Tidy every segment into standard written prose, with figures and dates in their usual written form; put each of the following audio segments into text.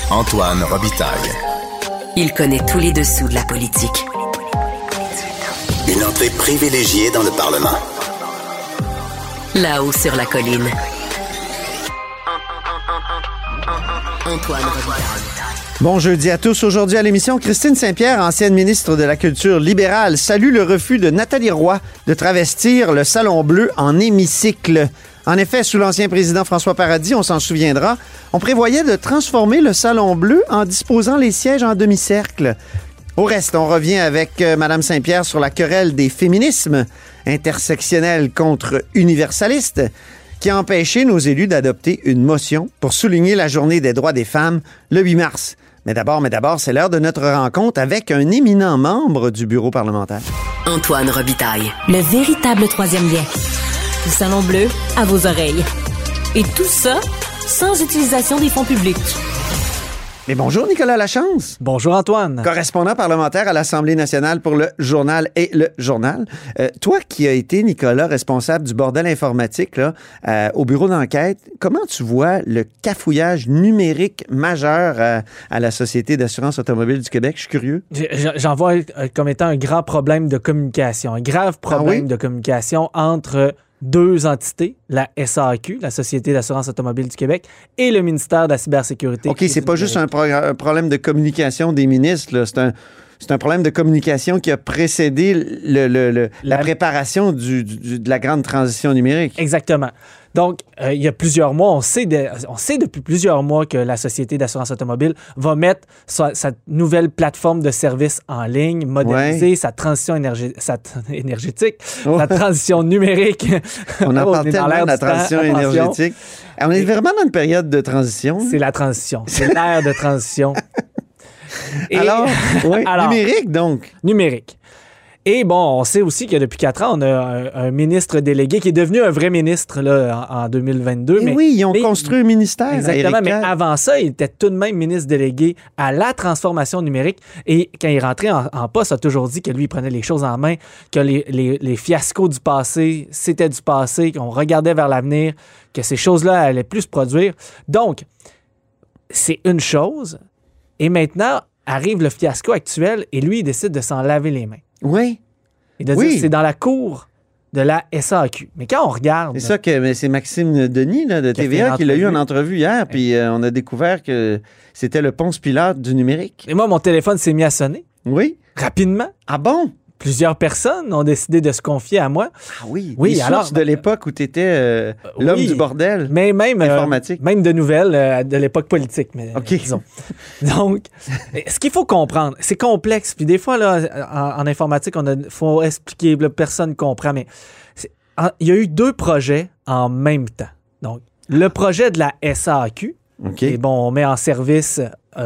Antoine Robitaille. Il connaît tous les dessous de la politique. Une entrée privilégiée dans le Parlement. Là-haut sur la colline. Antoine Robitaille. Bon jeudi à tous. Aujourd'hui à l'émission, Christine Saint-Pierre, ancienne ministre de la Culture libérale, salue le refus de Nathalie Roy de travestir le Salon Bleu en hémicycle. En effet, sous l'ancien président François Paradis, on s'en souviendra, on prévoyait de transformer le Salon Bleu en disposant les sièges en demi-cercle. Au reste, on revient avec Mme Saint-Pierre sur la querelle des féminismes intersectionnels contre universalistes qui a empêché nos élus d'adopter une motion pour souligner la Journée des droits des femmes le 8 mars. Mais d'abord, c'est l'heure de notre rencontre avec un éminent membre du bureau parlementaire. Antoine Robitaille. Le véritable troisième lien. Du Salon Bleu à vos oreilles. Et tout ça sans utilisation des fonds publics. Mais bonjour Nicolas Lachance. Bonjour Antoine. Correspondant parlementaire à l'Assemblée nationale pour le Journal et le Journal. Toi qui as été, Nicolas, responsable du bordel informatique là, au bureau d'enquête, comment tu vois le cafouillage numérique majeur à la Société d'assurance automobile du Québec? Je suis curieux. J'en vois comme étant un grand problème de communication, un grave problème de communication entre deux entités, la SAQ, la Société d'assurance automobile du Québec, et le ministère de la cybersécurité. OK, c'est pas juste un problème de communication des ministres, là. C'est un problème de communication qui a précédé la préparation de la grande transition numérique. Exactement. Donc, il y a plusieurs mois, on sait depuis plusieurs mois que la Société d'assurance automobile va mettre sa nouvelle plateforme de services en ligne, moderniser sa transition énergétique, sa transition numérique. On en parle tellement de la transition énergétique. On est vraiment dans une période de transition. C'est la transition. C'est l'ère de transition. Alors, numérique donc. Numérique. Et bon, on sait aussi que depuis 4 ans, on a un ministre délégué qui est devenu un vrai ministre là, en 2022. Mais oui, ils ont construit un ministère. Exactement, mais avant ça, il était tout de même ministre délégué à la transformation numérique. Et quand il est rentré en poste, il a toujours dit que lui, il prenait les choses en main, que les fiascos du passé, c'était du passé, qu'on regardait vers l'avenir, que ces choses-là allaient plus se produire. Donc, c'est une chose. Et maintenant, arrive le fiasco actuel et lui, il décide de s'en laver les mains. Oui. Et de dire que c'est dans la cour de la SAQ. Mais quand on regarde... C'est ça que c'est Maxime Denis là, de TVA qui l'a eu en entrevue hier, puis on a découvert que c'était le Ponce Pilate du numérique. Et moi, mon téléphone s'est mis à sonner. Oui. Rapidement. Ah bon? Plusieurs personnes ont décidé de se confier à moi. Ah oui, des sources de l'époque où tu étais l'homme du bordel informatique. Même de nouvelles de l'époque politique, mais disons. Donc, ce qu'il faut comprendre, c'est complexe. Puis des fois, là, en informatique, faut expliquer, là, personne ne comprend, mais il y a eu 2 projets en même temps. Donc, le projet de la SAQ, et bon, on met en service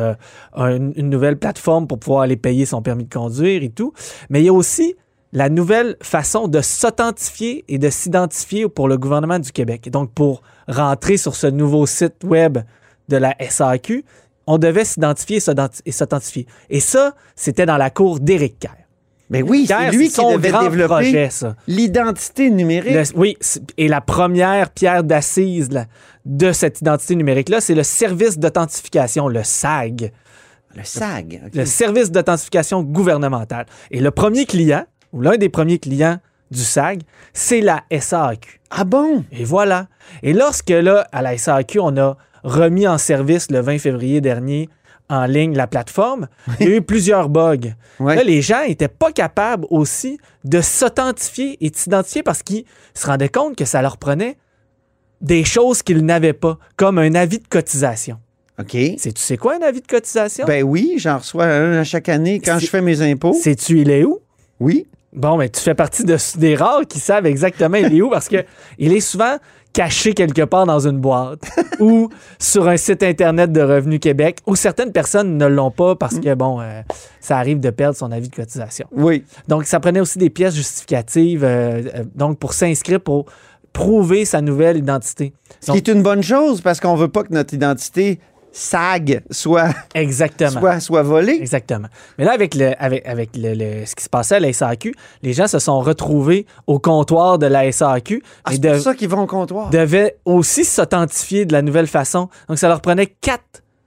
une nouvelle plateforme pour pouvoir aller payer son permis de conduire et tout. Mais il y a aussi la nouvelle façon de s'authentifier et de s'identifier pour le gouvernement du Québec. Et donc, pour rentrer sur ce nouveau site web de la SAQ, on devait s'identifier et s'authentifier. Et ça, c'était dans la cour d'Éric Kerr. Mais oui, c'est lui qui devait développer l'identité numérique. Et la première pierre d'assise de cette identité numérique-là, c'est le service d'authentification, le SAG. Le SAG. Okay. Le service d'authentification gouvernementale. Et le premier client, ou l'un des premiers clients du SAG, c'est la SAQ. Ah bon? Et voilà. Et lorsque, là, à la SAQ, on a remis en service le 20 février dernier en ligne la plateforme, il y a eu plusieurs bugs. Ouais. Là, les gens n'étaient pas capables aussi de s'authentifier et de s'identifier parce qu'ils se rendaient compte que ça leur prenait des choses qu'ils n'avaient pas, comme un avis de cotisation. OK. Tu sais quoi, un avis de cotisation? Ben oui, j'en reçois un à chaque année quand je fais mes impôts. Sais-tu, il est où? Oui. Bon, mais tu fais partie des rares qui savent exactement il est où parce qu'il est souvent caché quelque part dans une boîte ou sur un site Internet de Revenu Québec où certaines personnes ne l'ont pas parce que, bon, ça arrive de perdre son avis de cotisation. Oui. Donc, ça prenait aussi des pièces justificatives donc pour s'inscrire, pour prouver sa nouvelle identité. Ce qui est une bonne chose parce qu'on veut pas que notre identité SAG soit volée. Exactement. Mais là, avec ce qui se passait à la SAQ, les gens se sont retrouvés au comptoir de la SAQ. Ah, c'est pour ça qu'ils vont au comptoir. Devaient aussi s'authentifier de la nouvelle façon. Donc, ça leur prenait 4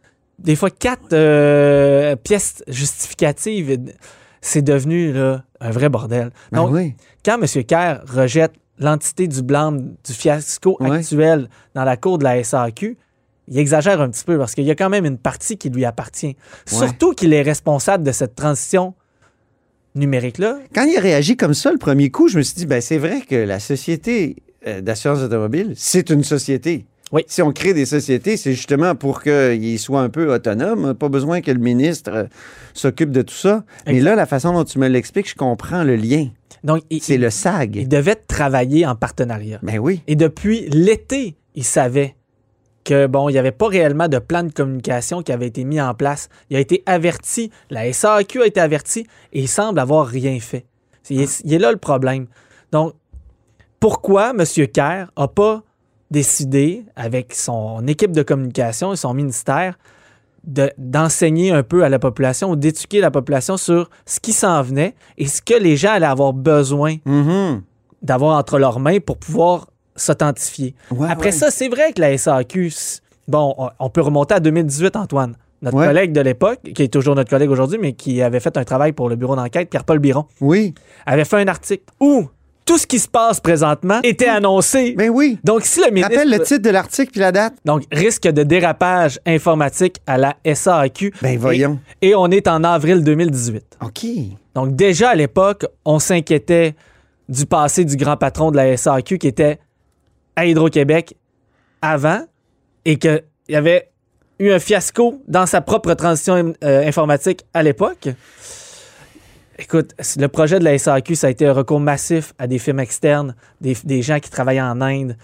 des fois 4 pièces justificatives. C'est devenu là, un vrai bordel. Donc, quand M. Kerr rejette l'entité du blâme du fiasco actuel dans la cour de la SAQ, il exagère un petit peu parce qu'il y a quand même une partie qui lui appartient. Surtout qu'il est responsable de cette transition numérique-là. Quand il a réagi comme ça le premier coup, je me suis dit, c'est vrai que la société d'assurance automobile, c'est une société. Oui. Si on crée des sociétés, c'est justement pour qu'ils soient un peu autonomes. Pas besoin que le ministre s'occupe de tout ça. Mais là, la façon dont tu me l'expliques, je comprends le lien. Donc, c'est le SAG. Il devait travailler en partenariat. Ben oui. Et depuis l'été, il savait que, il n'y avait pas réellement de plan de communication qui avait été mis en place. Il a été averti, la SAQ a été avertie et il semble avoir rien fait. Il est là le problème. Donc, pourquoi M. Kerr n'a pas décidé, avec son équipe de communication et son ministère, d'enseigner un peu à la population ou d'éduquer la population sur ce qui s'en venait et ce que les gens allaient avoir besoin d'avoir entre leurs mains pour pouvoir s'authentifier. Après ça, c'est vrai que la SAQ, on peut remonter à 2018, Antoine. Notre collègue de l'époque, qui est toujours notre collègue aujourd'hui, mais qui avait fait un travail pour le bureau d'enquête, Pierre-Paul Biron, avait fait un article où tout ce qui se passe présentement était annoncé. Ben oui. Donc, si le ministre... Rappelle le titre de l'article puis la date. Donc, risque de dérapage informatique à la SAQ. Ben voyons. Et on est en avril 2018. OK. Donc, déjà à l'époque, on s'inquiétait du passé du grand patron de la SAQ qui était à Hydro-Québec avant et qu'il y avait eu un fiasco dans sa propre transition informatique à l'époque. Écoute, le projet de la SAQ, ça a été un recours massif à des firmes externes, des gens qui travaillent en Inde.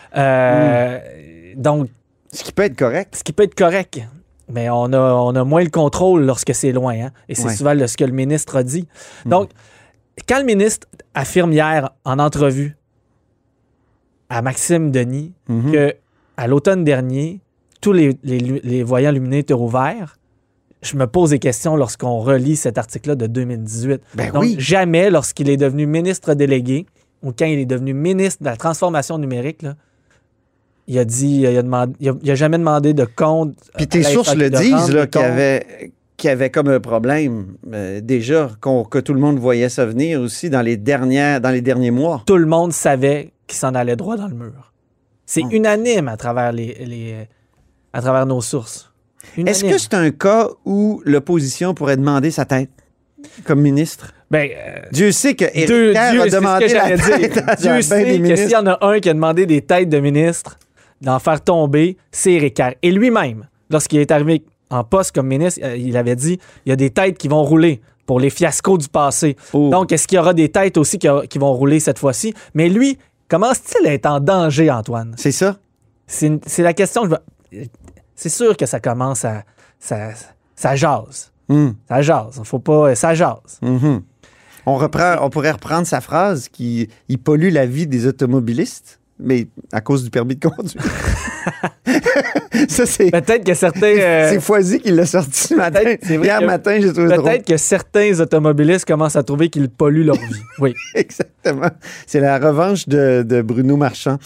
Donc, ce qui peut être correct. Ce qui peut être correct. Mais on a moins le contrôle lorsque c'est loin. Hein? Et c'est souvent ce que le ministre a dit. Donc, quand le ministre affirme hier en entrevue à Maxime Denis qu'à l'automne dernier, tous les voyants lumineux étaient ouverts, je me pose des questions lorsqu'on relit cet article-là de 2018. Donc, jamais, lorsqu'il est devenu ministre délégué ou quand il est devenu ministre de la transformation numérique, là, il a jamais demandé de compte. Puis tes sources le disent, là, qu'il y avait comme un problème, déjà, que tout le monde voyait ça venir aussi dans les derniers mois. Tout le monde savait qu'il s'en allait droit dans le mur. C'est unanime à travers à travers nos sources. Unanime. Est-ce que c'est un cas où l'opposition pourrait demander sa tête comme ministre? Dieu sait que Éric Kerr a demandé la tête à Dieu sait que s'il y en a un qui a demandé des têtes de ministre, d'en faire tomber, c'est Éric Kerr. Et lui-même, lorsqu'il est arrivé en poste comme ministre, il avait dit il y a des têtes qui vont rouler pour les fiascos du passé. Donc, est-ce qu'il y aura des têtes aussi qui vont rouler cette fois-ci? Mais lui, commence-t-il à être en danger, Antoine? C'est ça? C'est la question. C'est sûr que ça commence à... Ça jase. Ça jase. Faut pas... Ça jase. On pourrait reprendre sa phrase qui pollue la vie des automobilistes, mais à cause du permis de conduire. Ça, c'est... Peut-être que certains... C'est Foisy qui l'a sorti ce matin. Hier matin, j'ai trouvé drôle. Peut-être que certains automobilistes commencent à trouver qu'ils polluent leur vie. Oui. Exactement. C'est la revanche de Bruno Marchand.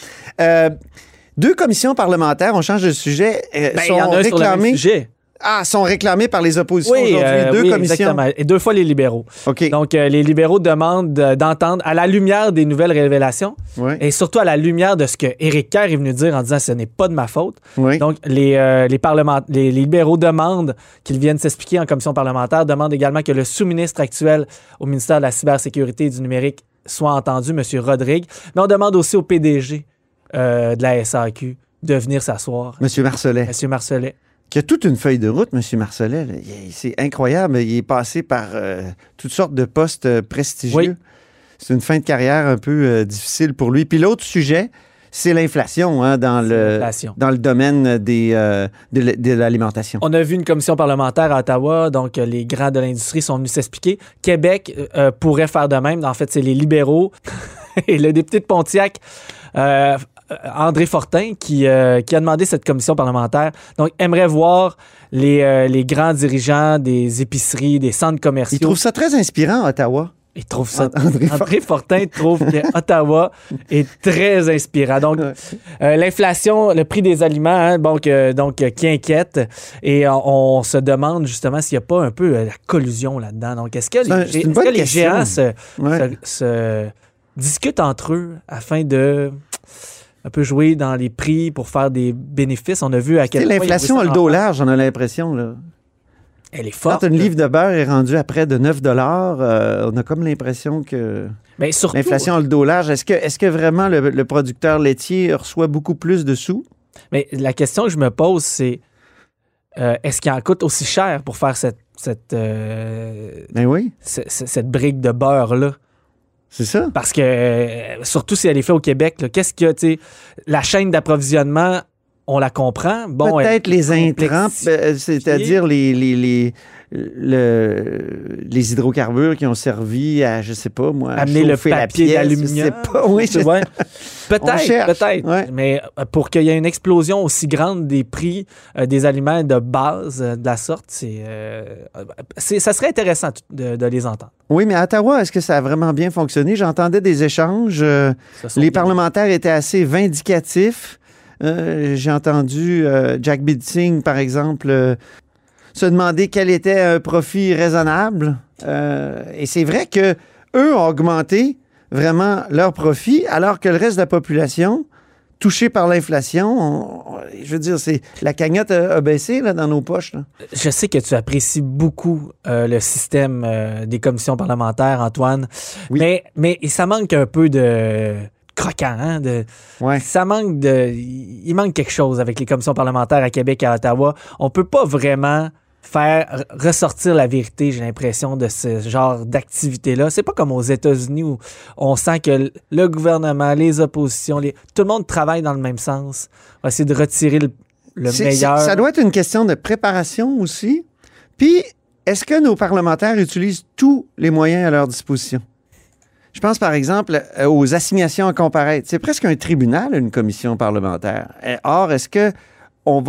2 commissions parlementaires, on change de sujet, sont réclamées. Sont réclamées par les oppositions aujourd'hui. 2 commissions. Exactement. Et 2 fois les libéraux. OK. Donc, les libéraux demandent d'entendre à la lumière des nouvelles révélations et surtout à la lumière de ce que Éric Kerr est venu dire en disant « ce n'est pas de ma faute ». Donc, les libéraux demandent qu'ils viennent s'expliquer en commission parlementaire, demandent également que le sous-ministre actuel au ministère de la Cybersécurité et du Numérique soit entendu, M. Rodrigue. Mais on demande aussi au PDG de la SAQ de venir s'asseoir. M. Marcellet. M. Marcellet. Qui a toute une feuille de route, M. Marcellet. C'est incroyable. Il est passé par toutes sortes de postes prestigieux. Oui. C'est une fin de carrière un peu difficile pour lui. Puis l'autre sujet, c'est l'inflation dans le domaine de l'alimentation. On a vu une commission parlementaire à Ottawa, donc les grands de l'industrie sont venus s'expliquer. Québec pourrait faire de même. En fait, c'est les libéraux et le député de Pontiac, André Fortin, qui a demandé cette commission parlementaire. Donc, aimerait voir les grands dirigeants des épiceries, des centres commerciaux. Il trouve ça très inspirant, Ottawa. Il trouve ça. André Fortin trouve que Ottawa est très inspirant. Donc, l'inflation, le prix des aliments, hein, donc qui inquiète. Et on se demande justement s'il n'y a pas un peu la collusion là-dedans. Donc, est-ce que les géants se discutent entre eux afin de un peu jouer dans les prix pour faire des bénéfices? On a vu à quel point l'inflation a le dos large, on a l'impression, là. Elle est forte. Quand une livre de beurre est rendue à près de 9 $, on a comme l'impression que l'inflation a le dos large. Est-ce que vraiment le producteur laitier reçoit beaucoup plus de sous? Mais la question que je me pose, c'est est-ce qu'il en coûte aussi cher pour faire cette brique de beurre-là? C'est ça. Parce que, surtout si elle est faite au Québec, là, qu'est-ce qu'il y a, tu sais, la chaîne d'approvisionnement, on la comprend. Bon, peut-être les intrants, c'est-à-dire les hydrocarbures qui ont servi à, je sais pas moi, amener le papier d'aluminium. Oui, peut-être. Ouais. Mais pour qu'il y ait une explosion aussi grande des prix des aliments de base de la sorte, ça serait intéressant de les entendre. Oui, mais à Ottawa, est-ce que ça a vraiment bien fonctionné? J'entendais des échanges. Les parlementaires étaient assez vindicatifs. J'ai entendu Jack Bidsing, par exemple, se demander quel était un profit raisonnable. Et c'est vrai que eux ont augmenté vraiment leur profit, alors que le reste de la population, touchée par l'inflation, je veux dire, la cagnotte a baissé là, dans nos poches. Là. Je sais que tu apprécies beaucoup le système des commissions parlementaires, Antoine, oui. mais ça manque un peu de croquant, hein? Ça manque il manque quelque chose avec les commissions parlementaires à Québec et à Ottawa. On peut pas vraiment faire ressortir la vérité, j'ai l'impression, de ce genre d'activité-là. C'est pas comme aux États-Unis où on sent que le gouvernement, les oppositions, tout le monde travaille dans le même sens. On va essayer de retirer le meilleur. Ça doit être une question de préparation aussi. Puis, est-ce que nos parlementaires utilisent tous les moyens à leur disposition? Je pense, par exemple, aux assignations à comparaître. C'est presque un tribunal, une commission parlementaire. Or, est-ce qu'on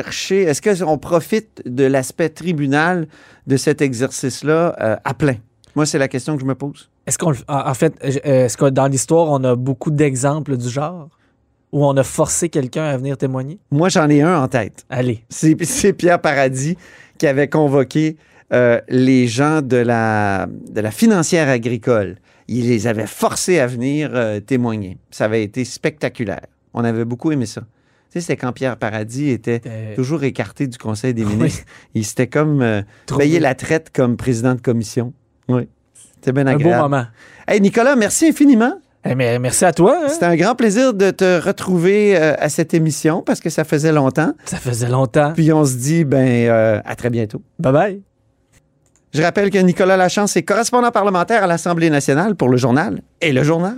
profite de l'aspect tribunal de cet exercice-là à plein? Moi, c'est la question que je me pose. Est-ce que dans l'histoire, on a beaucoup d'exemples du genre où on a forcé quelqu'un à venir témoigner? Moi, j'en ai un en tête. Allez. C'est Pierre Paradis qui avait convoqué les gens de la financière agricole. Il les avait forcés à venir témoigner. Ça avait été spectaculaire. On avait beaucoup aimé ça. Tu sais, c'était quand Pierre Paradis était toujours écarté du Conseil des ministres. Il s'était comme payé la traite comme président de commission. Oui. C'était bien agréable. Un beau moment. Hey, Nicolas, merci infiniment. Mais merci à toi. Hein? C'était un grand plaisir de te retrouver à cette émission parce que ça faisait longtemps. Ça faisait longtemps. Puis on se dit, à très bientôt. Bye-bye. Je rappelle que Nicolas Lachance est correspondant parlementaire à l'Assemblée nationale pour Le Journal et Le Journal.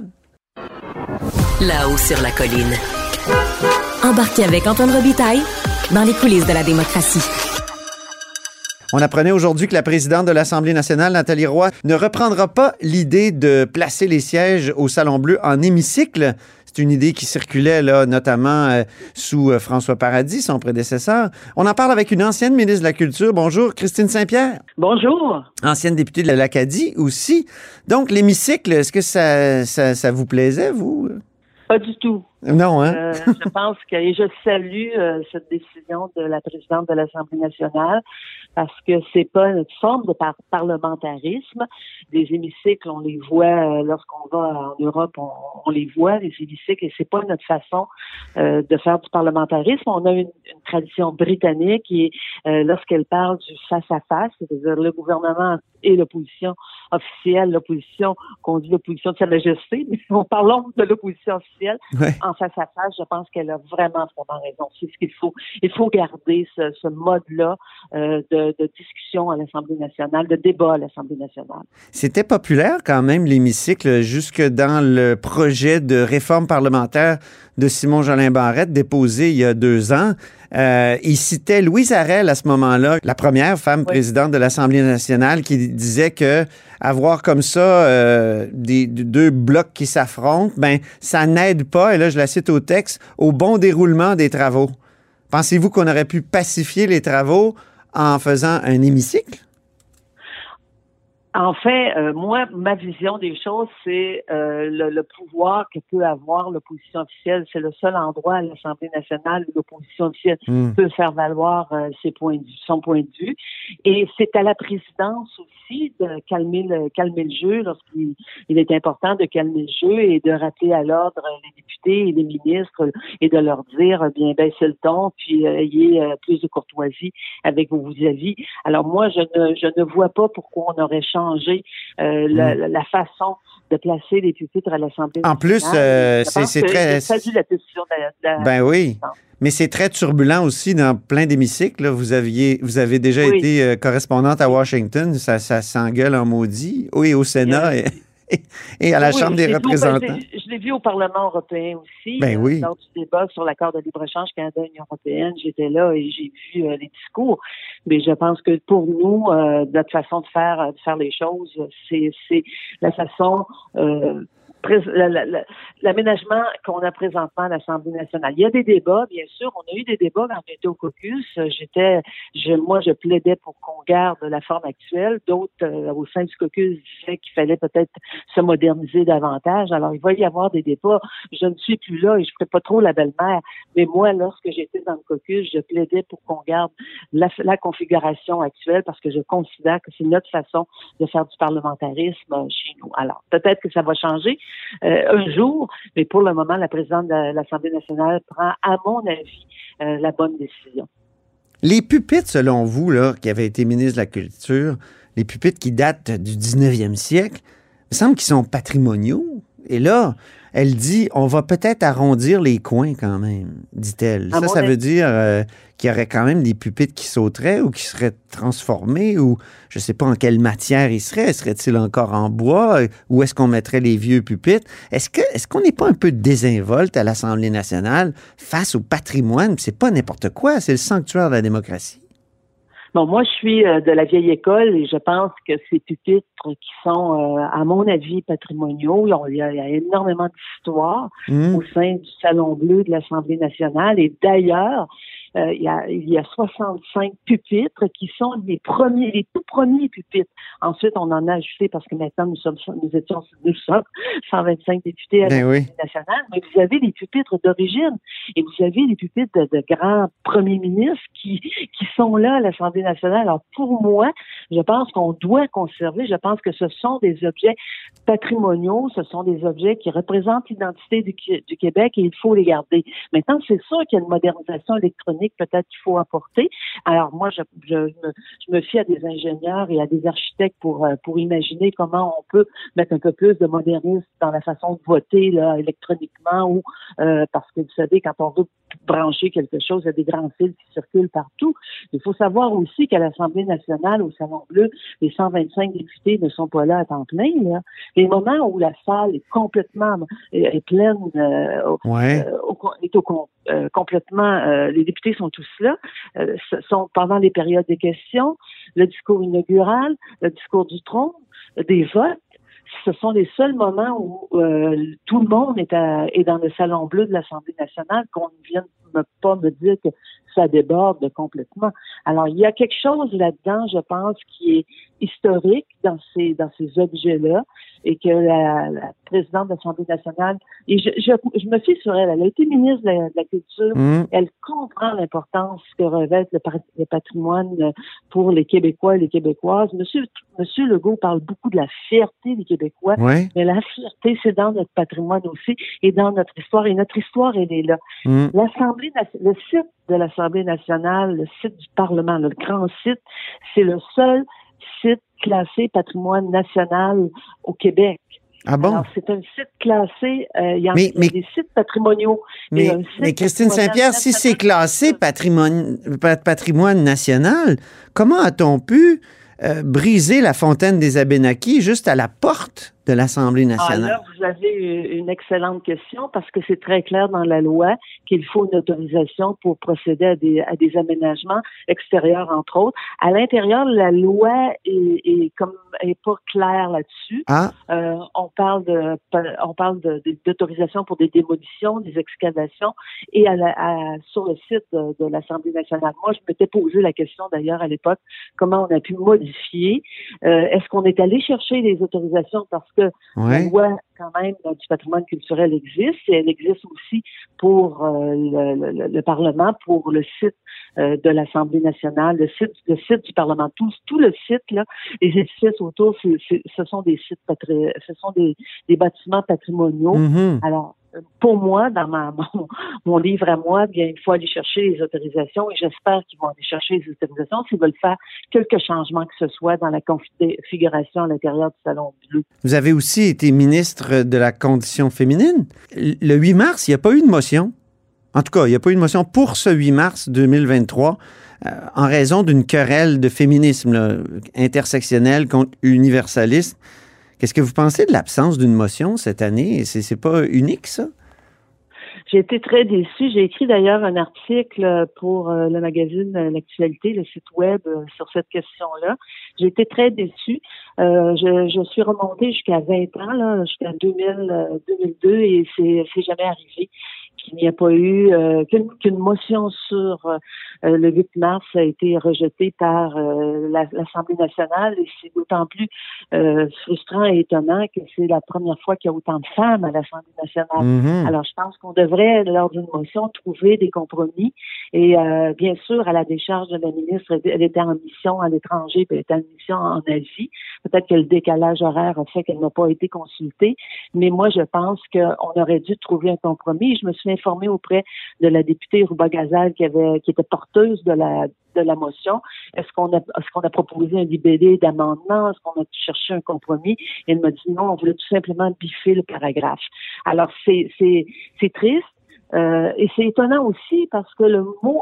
Là-haut sur la colline. Embarquez avec Antoine Robitaille dans les coulisses de la démocratie. On apprenait aujourd'hui que la présidente de l'Assemblée nationale, Nathalie Roy, ne reprendra pas l'idée de placer les sièges au Salon Bleu en hémicycle. C'est une idée qui circulait là, notamment sous François Paradis, son prédécesseur. On en parle avec une ancienne ministre de la Culture. Bonjour, Christine Saint-Pierre. Bonjour. Ancienne députée de l'Acadie aussi. Donc, l'hémicycle, est-ce que ça vous plaisait, vous? Pas du tout. Non, hein? Je pense que et je salue cette décision de la présidente de l'Assemblée nationale parce que c'est pas une forme de parlementarisme. Les hémicycles, on les voit lorsqu'on va en Europe, on les voit, les hémicycles, et c'est pas notre façon de faire du parlementarisme. On a une tradition britannique qui est lorsqu'elle parle du face-à-face, c'est-à-dire le gouvernement et l'opposition officielle, l'opposition qu'on dit l'opposition de Sa Majesté, mais parlons de l'opposition officielle. Ouais. En face-à-face, je pense qu'elle a vraiment raison. C'est ce qu'il faut. Il faut garder ce mode-là de discussion à l'Assemblée nationale, de débat à l'Assemblée nationale. C'était populaire quand même, l'hémicycle, jusque dans le projet de réforme parlementaire de Simon Jolin Barrette déposé il y a 2 ans. Il citait Louise Arel à ce moment-là, la première femme présidente de l'Assemblée nationale, qui disait que avoir comme ça des 2 blocs qui s'affrontent, ça n'aide pas, et là je la cite au texte, au bon déroulement des travaux. Pensez-vous qu'on aurait pu pacifier les travaux en faisant un hémicycle? En fait, moi, ma vision des choses, c'est le pouvoir que peut avoir l'opposition officielle. C'est le seul endroit à l'Assemblée nationale où l'opposition officielle peut faire valoir son point de vue. Et c'est à la présidence aussi de calmer le jeu lorsqu'il est important de calmer le jeu et de rappeler à l'ordre les députés et les ministres et de leur dire, bien, baissez le ton, puis ayez plus de courtoisie avec vos vis-à-vis. Alors moi, je ne vois pas pourquoi on aurait changé la façon de placer les pupitres à l'Assemblée nationale. En plus, c'est très... Je la décision de la Ben oui, mais c'est très turbulent aussi dans plein d'hémicycles. Là. Vous avez déjà été correspondante à Washington. Ça s'engueule en maudit. Oui, au Sénat et à la Chambre des représentants. Je l'ai vu au Parlement européen aussi. Ben oui. Lors du débat sur l'accord de libre-échange Canada-Union européenne, j'étais là et j'ai vu les discours. Mais je pense que pour nous, notre façon de faire les choses, c'est la façon... l'aménagement qu'on a présentement à l'Assemblée nationale. Il y a des débats, bien sûr. On a eu des débats quand j'étais au caucus. Moi, je plaidais pour qu'on garde la forme actuelle. D'autres, au sein du caucus, disaient qu'il fallait peut-être se moderniser davantage. Alors, il va y avoir des débats. Je ne suis plus là et je ne ferai pas trop la belle-mère. Mais moi, lorsque j'étais dans le caucus, je plaidais pour qu'on garde la configuration actuelle parce que je considère que c'est notre façon de faire du parlementarisme chez nous. Alors, peut-être que ça va changer un jour, mais pour le moment, la présidente de l'Assemblée nationale prend, à mon avis, la bonne décision. Les pupitres, selon vous, là, qui avez été ministre de la Culture, les pupitres qui datent du 19e siècle, il me semble qu'ils sont patrimoniaux. Et là, elle dit, on va peut-être arrondir les coins quand même, dit-elle. Ça veut dire qu'il y aurait quand même des pupitres qui sauteraient ou qui seraient transformés ou je ne sais pas en quelle matière ils seraient. Serait-il encore en bois? Où est-ce qu'on mettrait les vieux pupitres? Est-ce qu'on n'est pas un peu désinvolte à l'Assemblée nationale face au patrimoine? C'est pas n'importe quoi, c'est le sanctuaire de la démocratie. Bon, moi, je suis de la vieille école et je pense que ces pupitres qui sont, à mon avis, patrimoniaux, il y a énormément d'histoire au sein du Salon Bleu de l'Assemblée nationale. Et d'ailleurs, il y a 65 pupitres qui sont les tout premiers pupitres. Ensuite, on en a ajouté parce que maintenant, nous sommes 125 députés à l'Assemblée nationale. Mais vous avez les pupitres d'origine et vous avez les pupitres de grands premiers ministres qui sont là à l'Assemblée nationale. Alors, pour moi, je pense qu'on doit conserver. Je pense que ce sont des objets patrimoniaux. Ce sont des objets qui représentent l'identité du Québec et il faut les garder. Maintenant, c'est sûr qu'il y a une modernisation électronique peut-être qu'il faut apporter. Alors moi, je me fie à des ingénieurs et à des architectes pour imaginer comment on peut mettre un peu plus de modernisme dans la façon de voter là, électroniquement ou parce que vous savez, quand on veut brancher quelque chose, il y a des grands fils qui circulent partout. Il faut savoir aussi qu'à l'Assemblée nationale, au Salon Bleu, les 125 députés ne sont pas là à temps plein. Là. Les moments où la salle est complètement pleine, complètement, les députés sont tous là, ce sont pendant les périodes des questions, le discours inaugural, le discours du trône, des votes. Ce sont les seuls moments où tout le monde est dans le Salon Bleu de l'Assemblée nationale, qu'on ne vienne pas me dire que ça déborde complètement. Alors, il y a quelque chose là-dedans, je pense, qui est historique dans ces objets-là et que la présidente de l'Assemblée nationale, et je me fie sur elle, elle a été ministre de la Culture, elle comprend l'importance que revêt le patrimoine pour les Québécois et les Québécoises. Monsieur Legault parle beaucoup de la fierté des Québécois, mais la fierté, c'est dans notre patrimoine aussi et dans notre histoire, et notre histoire, elle est là. Le site de l'Assemblée nationale, le site du Parlement, le grand site, c'est le seul site classé patrimoine national au Québec. Ah bon? Alors, c'est un site classé, il y a des sites patrimoniaux. Mais Christine Saint-Pierre, si c'est classé patrimoine national, comment a-t-on pu briser la fontaine des Abénaquis juste à la porte de l'Assemblée nationale? Alors, vous avez une excellente question parce que c'est très clair dans la loi qu'il faut une autorisation pour procéder à des aménagements extérieurs, entre autres. À l'intérieur, la loi est pas claire là-dessus. On parle d'autorisation pour des démolitions, des excavations et sur le site de l'Assemblée nationale. Moi, je m'étais posé la question d'ailleurs à l'époque, comment on a pu modifier. Est-ce qu'on est allé chercher les autorisations parce que la loi, quand même, du patrimoine culturel existe et elle existe aussi pour le Parlement, pour le site de l'Assemblée nationale, le site du Parlement. Tout le site, là, les édifices autour, ce sont des sites ce sont des bâtiments patrimoniaux. Mm-hmm. Alors, pour moi, dans mon livre à moi, bien, il faut aller chercher les autorisations et j'espère qu'ils vont aller chercher les autorisations s'ils veulent faire quelques changements que ce soit dans la configuration à l'intérieur du Salon Bleu. Vous avez aussi été ministre de la Condition féminine. Le 8 mars, il n'y a pas eu de motion. En tout cas, il n'y a pas eu de motion pour ce 8 mars 2023 en raison d'une querelle de féminisme là, intersectionnel contre universaliste. Qu'est-ce que vous pensez de l'absence d'une motion cette année? C'est pas unique, ça? J'ai été très déçue. J'ai écrit d'ailleurs un article pour le magazine L'Actualité, le site web, sur cette question-là. J'ai été très déçue. Je suis remontée jusqu'à 20 ans, là, jusqu'à 2002, et c'est jamais arrivé qu'il n'y a pas eu qu'une motion sur le 8 mars a été rejetée par l'Assemblée nationale et c'est d'autant plus frustrant et étonnant que c'est la première fois qu'il y a autant de femmes à l'Assemblée nationale. Mm-hmm. Alors, je pense qu'on devrait, lors d'une motion, trouver des compromis et bien sûr, à la décharge de la ministre, elle était en mission à l'étranger, puis elle était en mission en Asie. Peut-être que le décalage horaire a fait qu'elle n'a pas été consultée, mais moi, je pense qu'on aurait dû trouver un compromis. Je me suis informée auprès de la députée Rouba Gazal qui était porteuse de la motion. Est-ce qu'on a proposé un libellé d'amendement? Est-ce qu'on a cherché un compromis? Et elle m'a dit non, on voulait tout simplement biffer le paragraphe. Alors, c'est triste. Et c'est étonnant aussi parce que le mot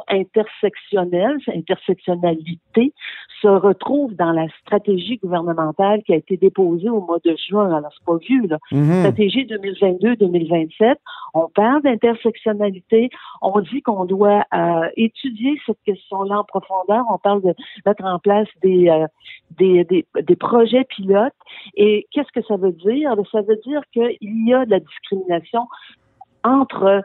intersectionnalité, se retrouve dans la stratégie gouvernementale qui a été déposée au mois de juin. Alors, c'est pas vieux, là. Mm-hmm. Stratégie 2022-2027. On parle d'intersectionnalité. On dit qu'on doit étudier cette question-là en profondeur. On parle de mettre en place des projets pilotes. Et qu'est-ce que ça veut dire? Ça veut dire qu'il y a de la discrimination entre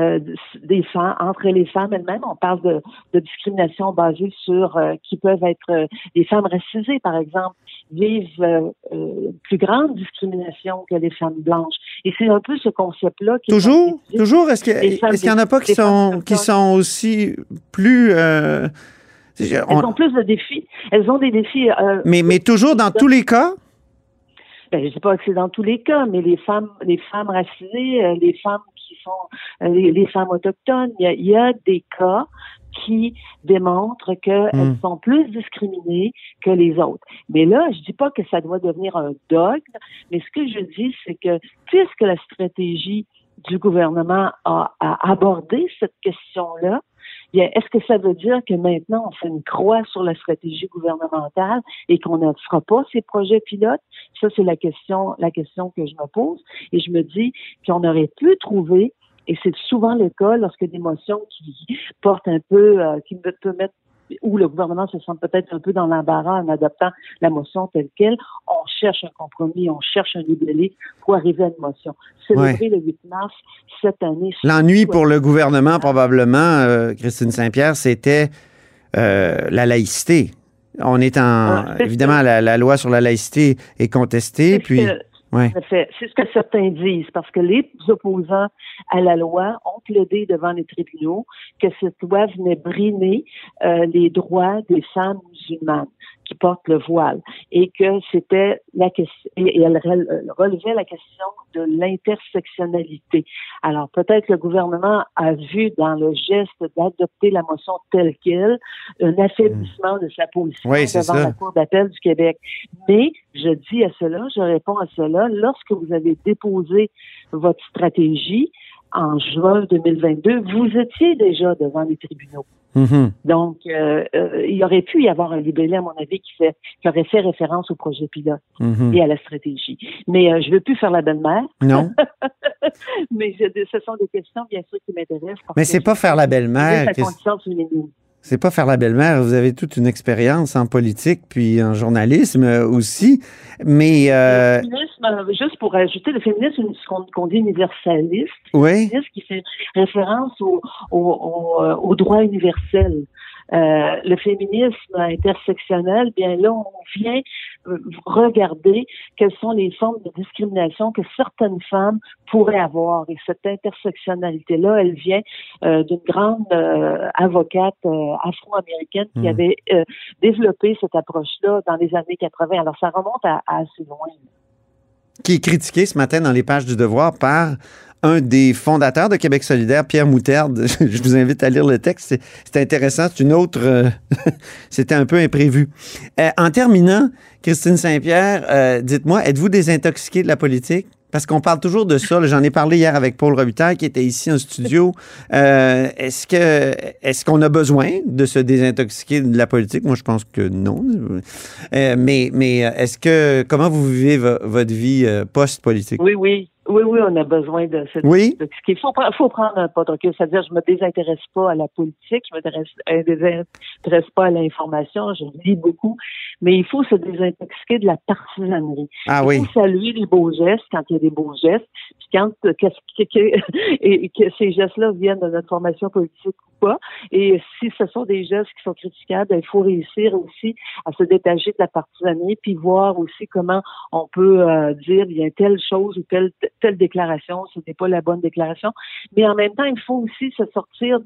les femmes elles-mêmes. On parle de discrimination basée sur qui peuvent être les femmes racisées, par exemple, vivent plus grande discrimination que les femmes blanches. Et c'est un peu ce concept-là qui toujours. Est-ce qu'il y en a pas qui sont aussi plus elles ont plus de défis. Elles ont des défis. Mais toujours dans tous les cas. Ben, je sais pas que c'est dans tous les cas, mais les femmes racisées, les femmes qui sont les femmes autochtones, il y a des cas qui démontrent qu'elles sont plus discriminées que les autres. Mais là, je dis pas que ça doit devenir un dogme, mais ce que je dis, c'est que puisque la stratégie du gouvernement a abordé cette question-là, bien, est-ce que ça veut dire que maintenant on fait une croix sur la stratégie gouvernementale et qu'on ne fera pas ces projets pilotes? Ça, c'est la question que je me pose. Et je me dis qu'on aurait pu trouver, et c'est souvent le cas lorsque des motions qui portent un peu, qui peut mettre où le gouvernement se sent peut-être un peu dans l'embarras en adoptant la motion telle qu'elle, on cherche un compromis, on cherche un libellé pour arriver à une motion. Célébrer le 8 mars cette année. L'ennui pour le gouvernement, probablement, Christine Saint-Pierre, c'était la laïcité. On est évidemment, la loi sur la laïcité est contestée, puis... Ouais. C'est ce que certains disent, parce que les opposants à la loi ont plaidé devant les tribunaux que cette loi venait brimer les droits des femmes musulmanes qui portent le voile et que c'était la question, et elle relevait la question de l'intersectionnalité. Alors peut-être le gouvernement a vu dans le geste d'adopter la motion telle qu'elle un affaiblissement de sa position devant la Cour d'appel du Québec. Mais je dis à cela, je réponds à cela, lorsque vous avez déposé votre stratégie en juin 2022, vous étiez déjà devant les tribunaux. Donc, il aurait pu y avoir un libellé, à mon avis, qui aurait fait référence au projet pilote et à la stratégie. Mais je veux plus faire la belle-mère. Non. Mais ce sont des questions, bien sûr, qui m'intéressent. Mais c'est pas faire la belle-mère. C'est pas faire la belle-mère. Vous avez toute une expérience en politique puis en journalisme aussi. Mais le féminisme, juste pour ajouter, le féminisme, ce qu'on dit universaliste, oui. Le féminisme qui fait référence au droit universel. Le féminisme intersectionnel, bien là, on vient regarder quelles sont les formes de discrimination que certaines femmes pourraient avoir. Et cette intersectionnalité-là, elle vient d'une grande avocate afro-américaine qui avait développé cette approche-là dans les années 80. Alors, ça remonte à assez loin. Qui est critiqué ce matin dans les pages du Devoir par un des fondateurs de Québec solidaire, Pierre Moutarde. Je vous invite à lire le texte. C'est intéressant. C'est une autre... C'était un peu imprévu. En terminant, Christine Saint-Pierre, dites-moi, êtes-vous désintoxiquée de la politique? Parce qu'on parle toujours de ça. Là, j'en ai parlé hier avec Paul Robitaille qui était ici en studio. Est-ce qu'on a besoin de se désintoxiquer de la politique? Moi, je pense que non. Mais comment vous vivez votre vie post-politique? Oui, on a besoin de se désintoxiquer. Il faut prendre un pas de recul. C'est-à-dire, je me désintéresse pas à la politique, je me désintéresse pas à l'information, je lis beaucoup, mais il faut se désintoxiquer de la partisanerie. Il faut saluer les beaux gestes quand il y a des beaux gestes, puis quand que ces gestes-là viennent de notre formation politique ou pas. Et si ce sont des gestes qui sont critiquables, il faut réussir aussi à se détacher de la partisanerie, puis voir aussi comment on peut dire il y a telle chose ou telle déclaration, ce n'est pas la bonne déclaration. Mais en même temps, il faut aussi se sortir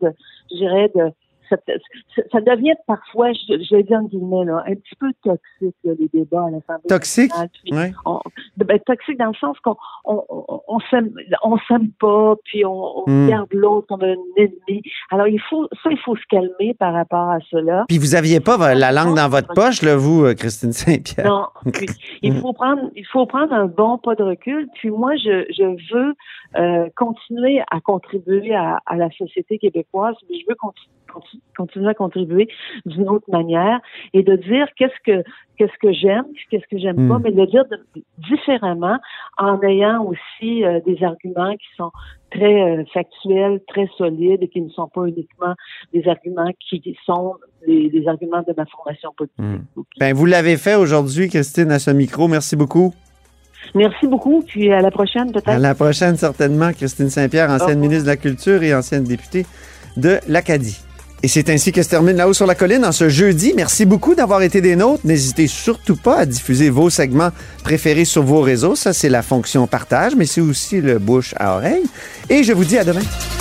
ça devient parfois, je vais dire en guillemets, là, un petit peu toxique, là, les débats à l'Assemblée. Toxique? Oui. Toxique dans le sens qu'on s'aime pas, puis on regarde l'autre comme un ennemi. Alors, il faut se calmer par rapport à cela. Puis vous aviez pas la langue dans votre poche, là, vous, Christine Saint-Pierre? Non. Puis, il faut prendre un bon pas de recul. Puis moi, je veux continuer à contribuer à la société québécoise, mais je veux continuer à contribuer d'une autre manière et de dire qu'est-ce que j'aime, qu'est-ce que j'aime pas, mais de le dire différemment en ayant aussi des arguments qui sont très factuels, très solides et qui ne sont pas uniquement des arguments qui sont des arguments de ma formation politique. Ben, vous l'avez fait aujourd'hui, Christine, à ce micro. Merci beaucoup. Merci beaucoup, puis à la prochaine peut-être. À la prochaine, certainement. Christine Saint-Pierre, ancienne ministre de la Culture et ancienne députée de l'Acadie. Et c'est ainsi que se termine Là-haut sur la colline en ce jeudi. Merci beaucoup d'avoir été des nôtres. N'hésitez surtout pas à diffuser vos segments préférés sur vos réseaux. Ça, c'est la fonction partage, mais c'est aussi le bouche à oreille. Et je vous dis à demain.